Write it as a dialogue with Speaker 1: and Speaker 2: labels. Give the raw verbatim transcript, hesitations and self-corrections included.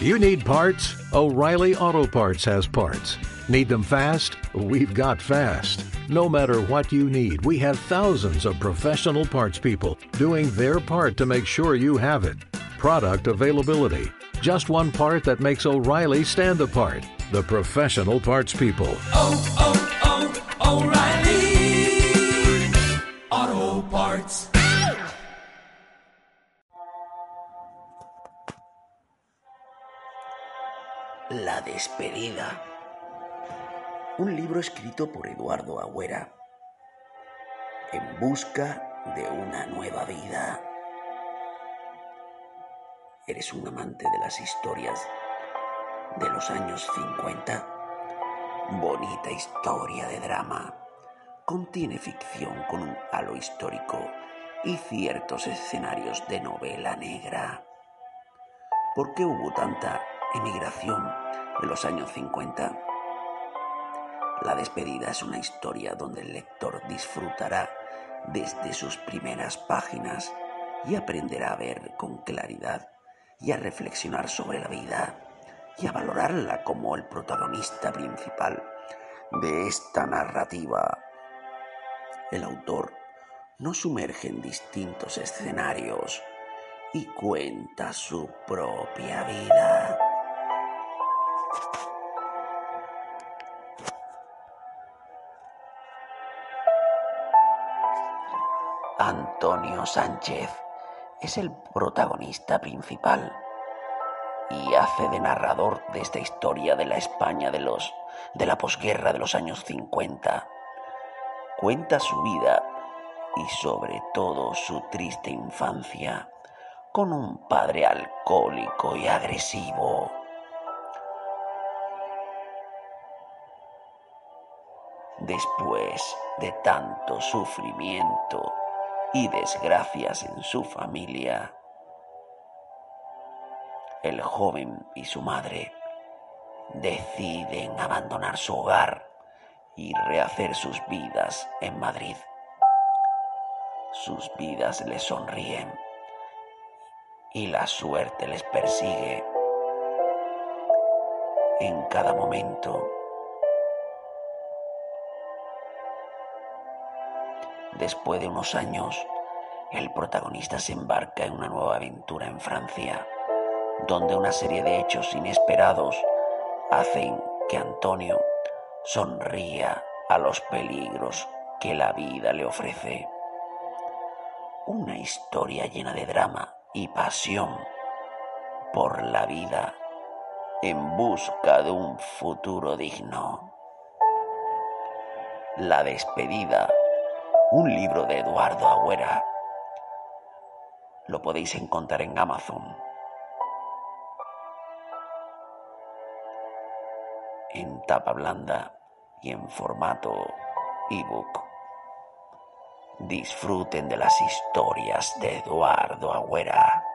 Speaker 1: You need parts? O'Reilly Auto Parts has parts. Need them fast? We've got fast. No matter what you need, we have thousands of professional parts people doing their part to make sure you have it. Product availability. Just one part that makes O'Reilly stand apart. The professional parts people.
Speaker 2: Oh, oh, oh, O'Reilly Auto Parts.
Speaker 3: La despedida. Un libro escrito por Eduardo Agüera. En busca de una nueva vida. ¿Eres un amante de las historias de los años cincuenta? Bonita historia de drama. Contiene ficción con un halo histórico y ciertos escenarios de novela negra. ¿Por qué hubo tanta emigración de los años cincuenta? La despedida es una historia donde el lector disfrutará desde sus primeras páginas y aprenderá a ver con claridad y a reflexionar sobre la vida y a valorarla como el protagonista principal de esta narrativa. El autor nos sumerge en distintos escenarios y cuenta su propia vida. Antonio Sánchez es el protagonista principal y hace de narrador de esta historia de la España de los de la posguerra de los años cincuenta. Cuenta su vida y sobre todo su triste infancia con un padre alcohólico y agresivo. Después de tanto sufrimiento y desgracias en su familia, el joven y su madre deciden abandonar su hogar y rehacer sus vidas en Madrid. Sus vidas les sonríen y la suerte les persigue en cada momento. Después de unos años, el protagonista se embarca en una nueva aventura en Francia, donde una serie de hechos inesperados hacen que Antonio sonría a los peligros que la vida le ofrece. Una historia llena de drama y pasión por la vida en busca de un futuro digno. La despedida. Un libro de Eduardo Agüera. Lo podéis encontrar en Amazon. En tapa blanda y en formato ebook. Disfruten de las historias de Eduardo Agüera.